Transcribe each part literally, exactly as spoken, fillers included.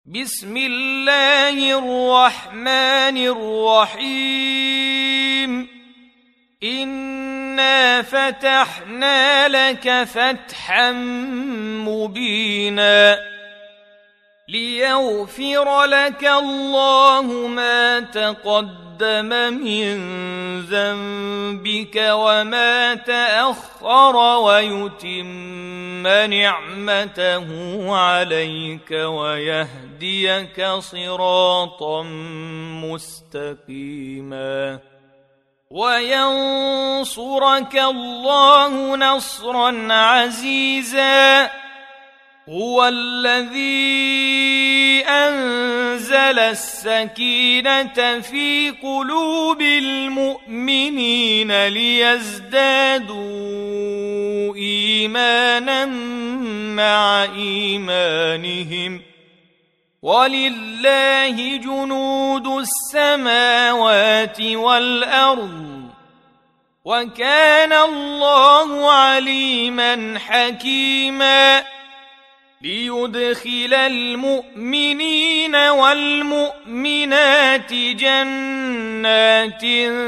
بسم الله الرحمن الرحيم إنا فتحنا لك فتحا مبينا ليغفر لك الله ما تقدم من ذنبك وما تأخر ويتم نعمته عليك ويهديك صراطا مستقيما وينصرك الله نصرا عزيزا هو الذي أنزل السكينة في قلوب المؤمنين ليزدادوا إيمانا مع إيمانهم ولله جنود السماوات والأرض وكان الله عليما حكيما ليدخل المؤمنين والمؤمنات جنات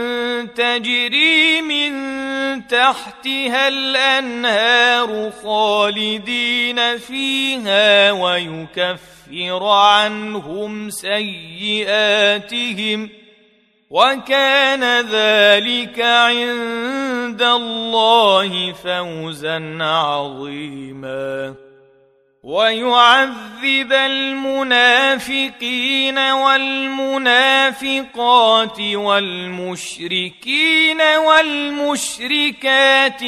تجري من تحتها الأنهار خالدين فيها ويكفر عنهم سيئاتهم وكان ذلك عند الله فوزا عظيما ويعذب المنافقين والمنافقات والمشركين والمشركات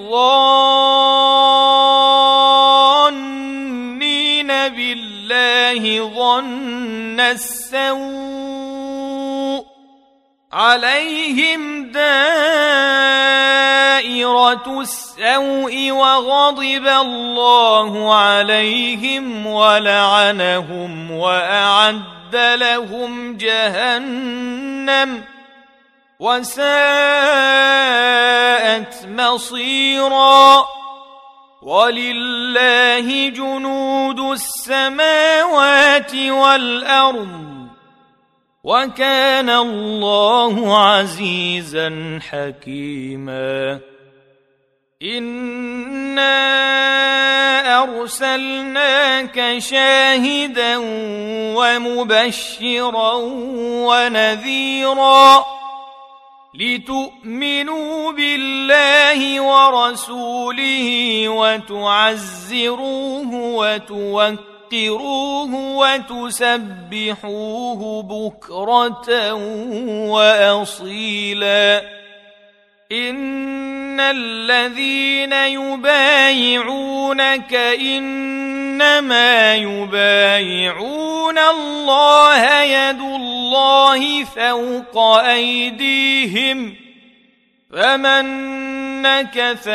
الظانين بالله ظن السوء عليهم دائرة السوء وغضب الله عليهم ولعنهم وأعد لهم جهنم وساءت مصيرا ولله جنود السماوات والأرض وكان الله عزيزا حكيما إنا أرسلناك شاهدا ومبشرا ونذيرا لتؤمنوا بالله ورسوله وتعزروه وتوكلوه وتسبحوه بكرة وأصيلا إن الذين يبايعونك إنما يبايعون الله يد الله فوق أيديهم فمن نكث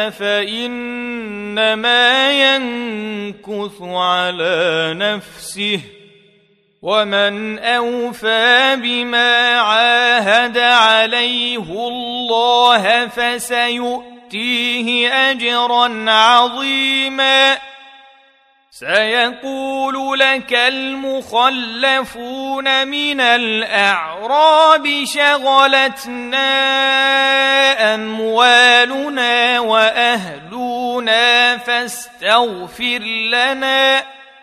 فإنما ينكث على نفسه ومن أوفى بما عاهد عليه الله فسيؤتيه أجرا عظيما سيقول لك المخلفون من الأعراب شغلتنا أموالنا وأهلنا فاستغفر لنا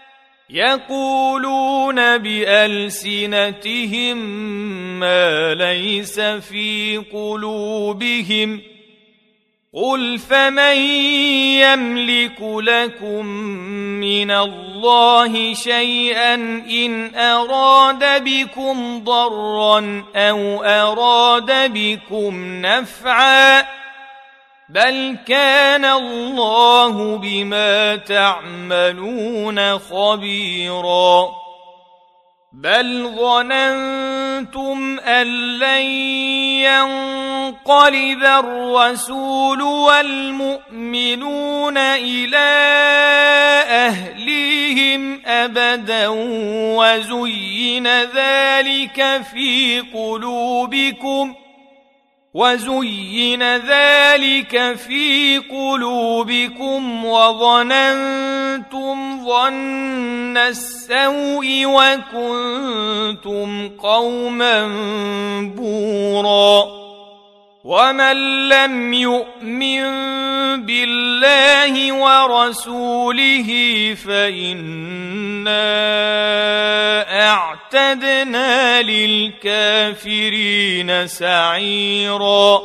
يقولون بألسنتهم ما ليس في قلوبهم قل فمن يملك لكم من الله شيئا إن أراد بكم ضرا أو أراد بكم نفعا بل كان الله بما تعملون خبيرا بل ظننتم أن لن ينقلب الرسول والمؤمنون إلى أهليهم أبدا وزين ذلك في قلوبكم وزين ذلك في قلوبكم وظننتم ظن السوء وكنتم قوما بورا ومن لم يؤمن بالله ورسوله فإنا أعتدنا للكافرين سعيرا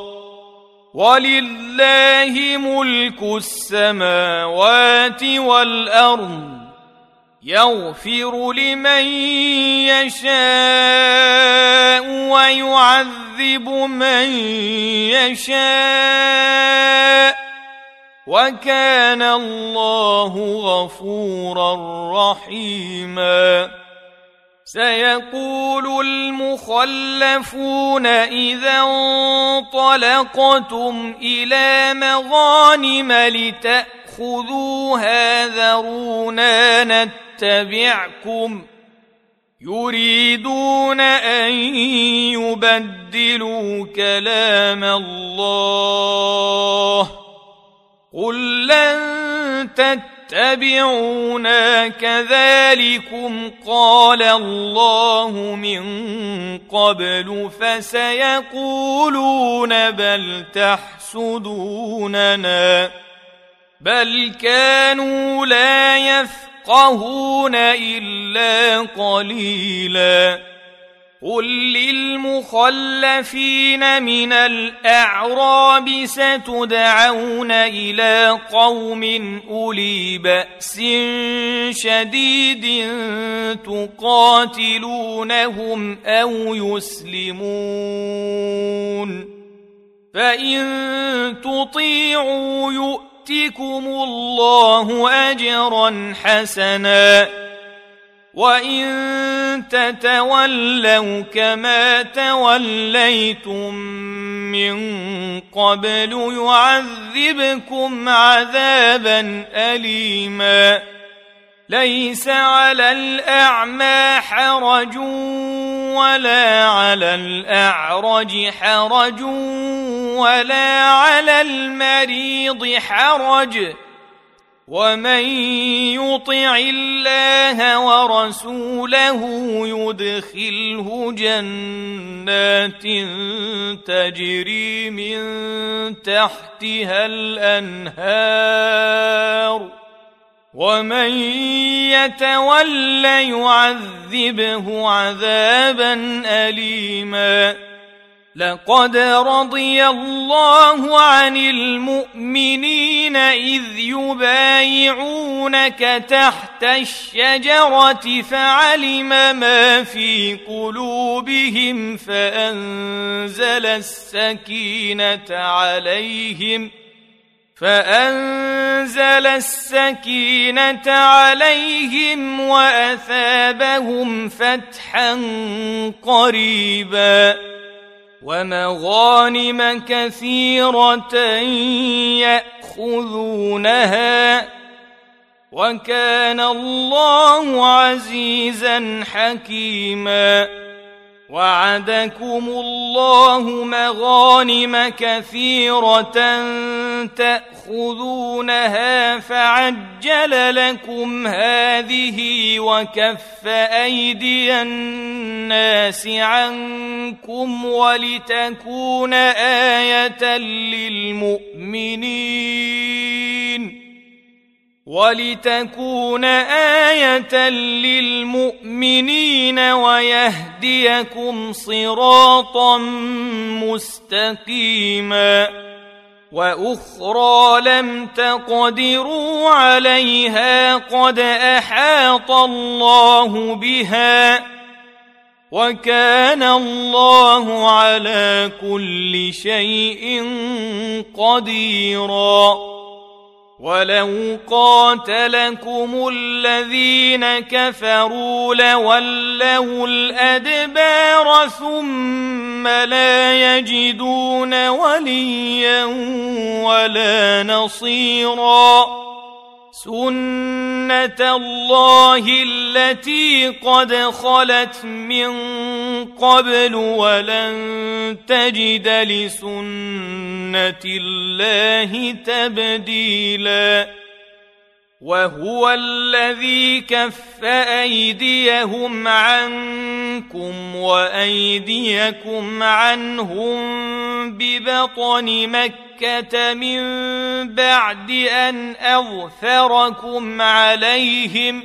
ولله ملك السماوات والأرض يغفر لمن يشاء ويعذب من يشاء وكان الله غفورا رحيما سيقول المخلفون إذا انطلقتم إلى مغانم لتأخذوها ذرونا نتبعكم يريدون أن يبدلوا كلام الله قل لن تتبعونا كذلكم قال الله من قبل فسيقولون بل تحسدوننا بل كانوا لا يفقهون إلا قليلا قل للمخلفين من الأعراب ستدعون إلى قوم أولي بأس شديد تقاتلونهم أو يسلمون فإن تطيعوا يؤتكم الله أجرا حسنا وإن تتولوا كما توليتم من قبل يعذبكم عذابا أليما ليس على الأعمى حرج ولا على الأعرج حرج ولا على المريض حرج ومن يطع الله ورسوله يدخله جنات تجري من تحتها الأنهار ومن يتول يعذبه عذابا أليما لقد رضي الله عن المؤمنين إذ يبايعونك تحت الشجرة فعلم ما في قلوبهم فأنزل السكينة عليهم فأنزل السكينة عليهم وأثابهم فتحا قريبا ومغانم كثيرة يأخذونها وكان الله عزيزا حكيما وعدكم الله مغانم كثيرة تأخذونها فعجل لكم هذه وكف أيدي الناس عنكم ولتكون آية للمؤمنين ولتكون آية للمؤمنين ويهديكم صراطا مستقيما وأخرى لم تقدروا عليها قد أحاط الله بها وكان الله على كل شيء قديرا ولو قاتلكم الذين كفروا لولوا الأدبار ثم لا يجدون وليا ولا نصيرا سنة الله التي قد خلت من قبل ولن تجد لسنة الله تبديلا وهو الذي كف أيديهم عنكم وأيديكم عنهم ببطن مكة من بعد أن أظفركم عليهم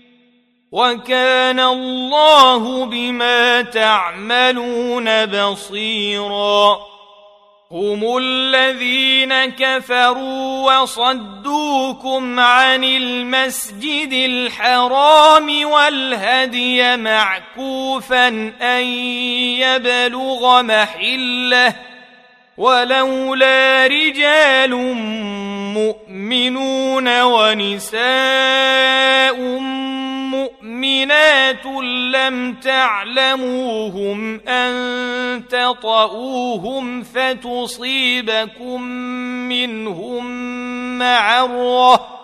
وكان الله بما تعملون بصيرا هم الذين كفروا وصدوكم عن المسجد الحرام والهدي معكوفا أن يبلغ محله ولولا رجال مؤمنون ونساء مؤمنات لم تعلموهم أن تطؤوهم فتصيبكم منهم معرة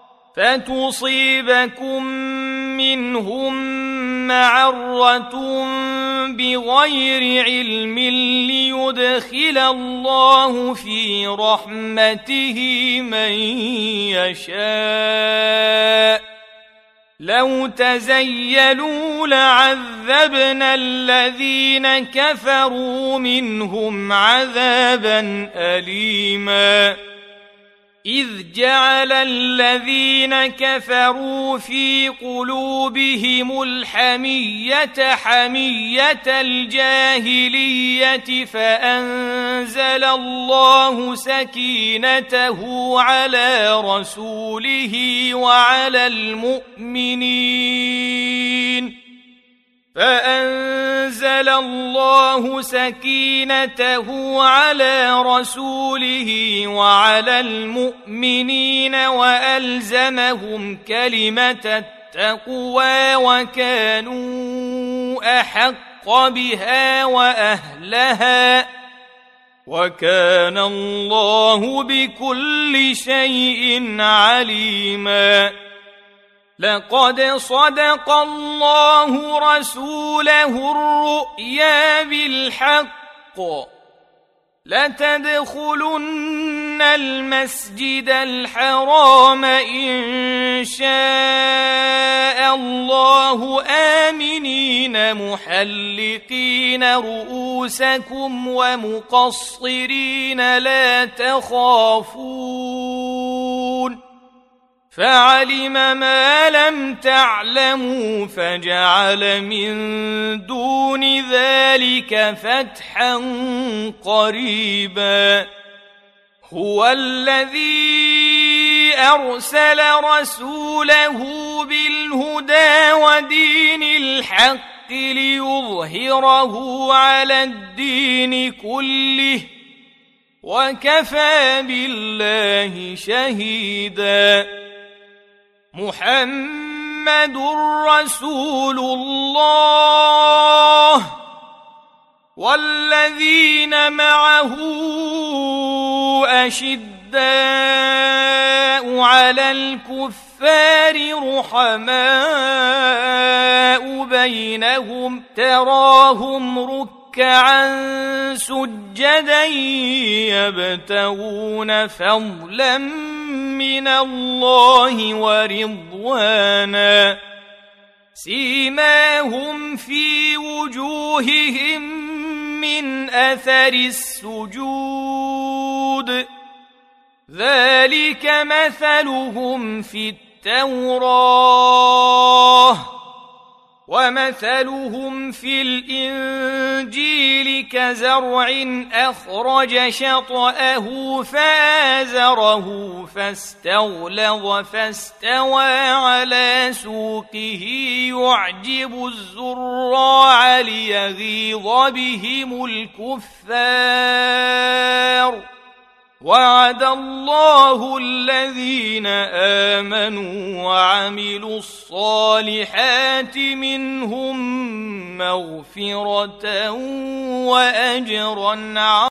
فتصيبكم منهم معرة بغير علم ليدخل الله في رحمته من يشاء لو تزيلوا لعذبنا الذين كفروا منهم عذابا أليما إذ جعل الذين كفروا في قلوبهم الحمية حمية الجاهلية فأنزل الله سكينته على رسوله وعلى المؤمنين فأنزل الله سكينته على رسوله وعلى المؤمنين وألزمهم كلمة التقوى وكانوا أحق بها وأهلها وكان الله بكل شيء عليما لقد صدق الله رسوله الرؤيا بالحق لتدخلن المسجد الحرام إن شاء الله آمنين محلقين رؤوسكم ومقصرين لا تخافون فعلم ما لم تعلموا فجعل من دون ذلك فتحا قريبا هو الذي أرسل رسوله بالهدى ودين الحق ليظهره على الدين كله وكفى بالله شهيدا محمد رسول الله والذين معه أشداء على الكفار رحماء بينهم تراهم ركعا سجدا يبتغون فضلا من الله ورضوانا سيماهم في وجوههم من أثر السجود ذلك مثلهم في التوراة ومثلهم في الإنجيل كزرع أخرج شطأه فآزره فاستغلظ فاستوى على سوقه يعجب الزراع ليغيظ بهم الكفار وعد الله الذين آمنوا وعملوا الصالحات منهم مغفرة وأجرا عظيما.